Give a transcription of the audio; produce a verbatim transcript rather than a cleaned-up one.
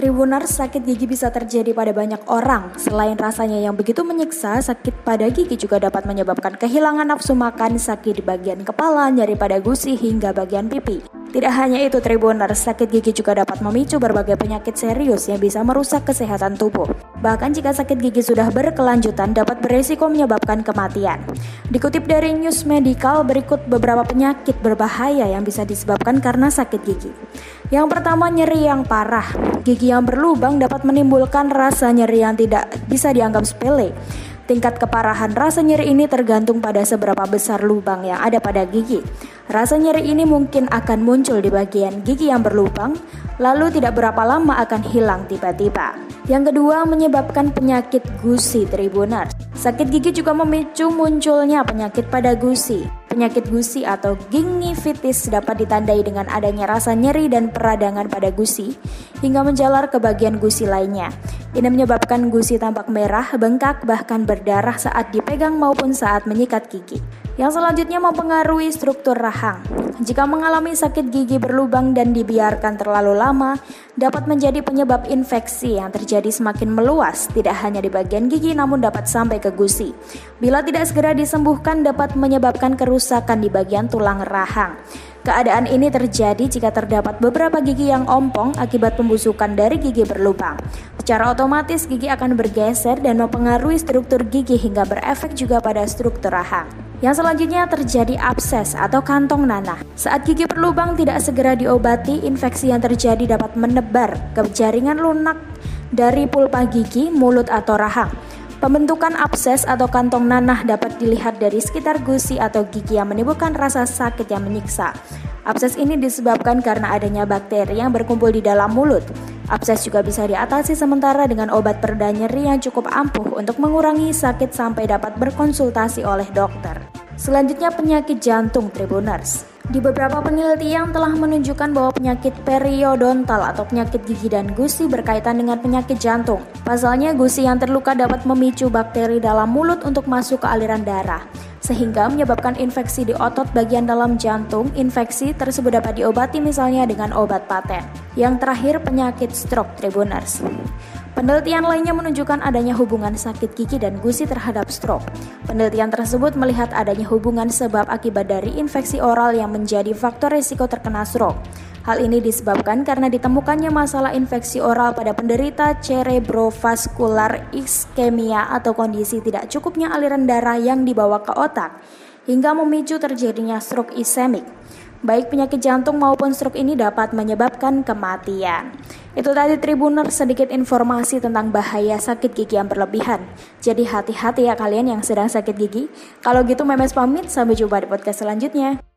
Tribuners, sakit gigi bisa terjadi pada banyak orang. Selain rasanya yang begitu menyiksa, sakit pada gigi juga dapat menyebabkan kehilangan nafsu makan, sakit di bagian kepala, nyeri pada gusi, hingga bagian pipi. Tidak hanya itu Tribuners, sakit gigi juga dapat memicu berbagai penyakit serius yang bisa merusak kesehatan tubuh. Bahkan jika sakit gigi sudah berkelanjutan dapat beresiko menyebabkan kematian. Dikutip dari News Medical, berikut beberapa penyakit berbahaya yang bisa disebabkan karena sakit gigi. Yang pertama, nyeri yang parah. Gigi yang berlubang dapat menimbulkan rasa nyeri yang tidak bisa dianggap sepele. Tingkat keparahan rasa nyeri ini tergantung pada seberapa besar lubang yang ada pada gigi. Rasa nyeri ini mungkin akan muncul di bagian gigi yang berlubang, lalu tidak berapa lama akan hilang tiba-tiba. Yang kedua, menyebabkan penyakit gusi Tribuners. Sakit gigi juga memicu munculnya penyakit pada gusi. Penyakit gusi atau gingivitis dapat ditandai dengan adanya rasa nyeri dan peradangan pada gusi hingga menjalar ke bagian gusi lainnya. Ini menyebabkan gusi tampak merah, bengkak, bahkan berdarah saat dipegang maupun saat menyikat gigi. Yang selanjutnya mempengaruhi struktur rahang. Jika mengalami sakit gigi berlubang dan dibiarkan terlalu lama, dapat menjadi penyebab infeksi yang terjadi semakin meluas, tidak hanya di bagian gigi namun dapat sampai ke gusi. Bila tidak segera disembuhkan dapat menyebabkan kerusakan di bagian tulang rahang. Keadaan ini terjadi jika terdapat beberapa gigi yang ompong akibat pembusukan dari gigi berlubang. Secara otomatis gigi akan bergeser dan mempengaruhi struktur gigi hingga berefek juga pada struktur rahang. Yang selanjutnya terjadi abses atau kantong nanah. Saat gigi berlubang tidak segera diobati, infeksi yang terjadi dapat menebar ke jaringan lunak dari pulpa gigi, mulut atau rahang. Pembentukan abses atau kantong nanah dapat dilihat dari sekitar gusi atau gigi yang menimbulkan rasa sakit yang menyiksa. Abses ini disebabkan karena adanya bakteri yang berkumpul di dalam mulut. Abses juga bisa diatasi sementara dengan obat pereda nyeri yang cukup ampuh untuk mengurangi sakit sampai dapat berkonsultasi oleh dokter. Selanjutnya penyakit jantung Tribuners. Di beberapa penelitian telah menunjukkan bahwa penyakit periodontal atau penyakit gigi dan gusi berkaitan dengan penyakit jantung. Pasalnya gusi yang terluka dapat memicu bakteri dalam mulut untuk masuk ke aliran darah, sehingga menyebabkan infeksi di otot bagian dalam jantung. Infeksi tersebut dapat diobati misalnya dengan obat paten. Yang terakhir penyakit stroke Tribuners. Penelitian lainnya menunjukkan adanya hubungan sakit gigi dan gusi terhadap stroke. Penelitian tersebut melihat adanya hubungan sebab akibat dari infeksi oral yang menjadi faktor risiko terkena stroke. Hal ini disebabkan karena ditemukannya masalah infeksi oral pada penderita cerebrovascular ischemia atau kondisi tidak cukupnya aliran darah yang dibawa ke otak, hingga memicu terjadinya stroke ischemic. Baik penyakit jantung maupun stroke ini dapat menyebabkan kematian. Itu tadi Tribuners sedikit informasi tentang bahaya sakit gigi yang berlebihan. Jadi hati-hati ya kalian yang sedang sakit gigi. Kalau gitu Memes pamit, sampai jumpa di podcast selanjutnya.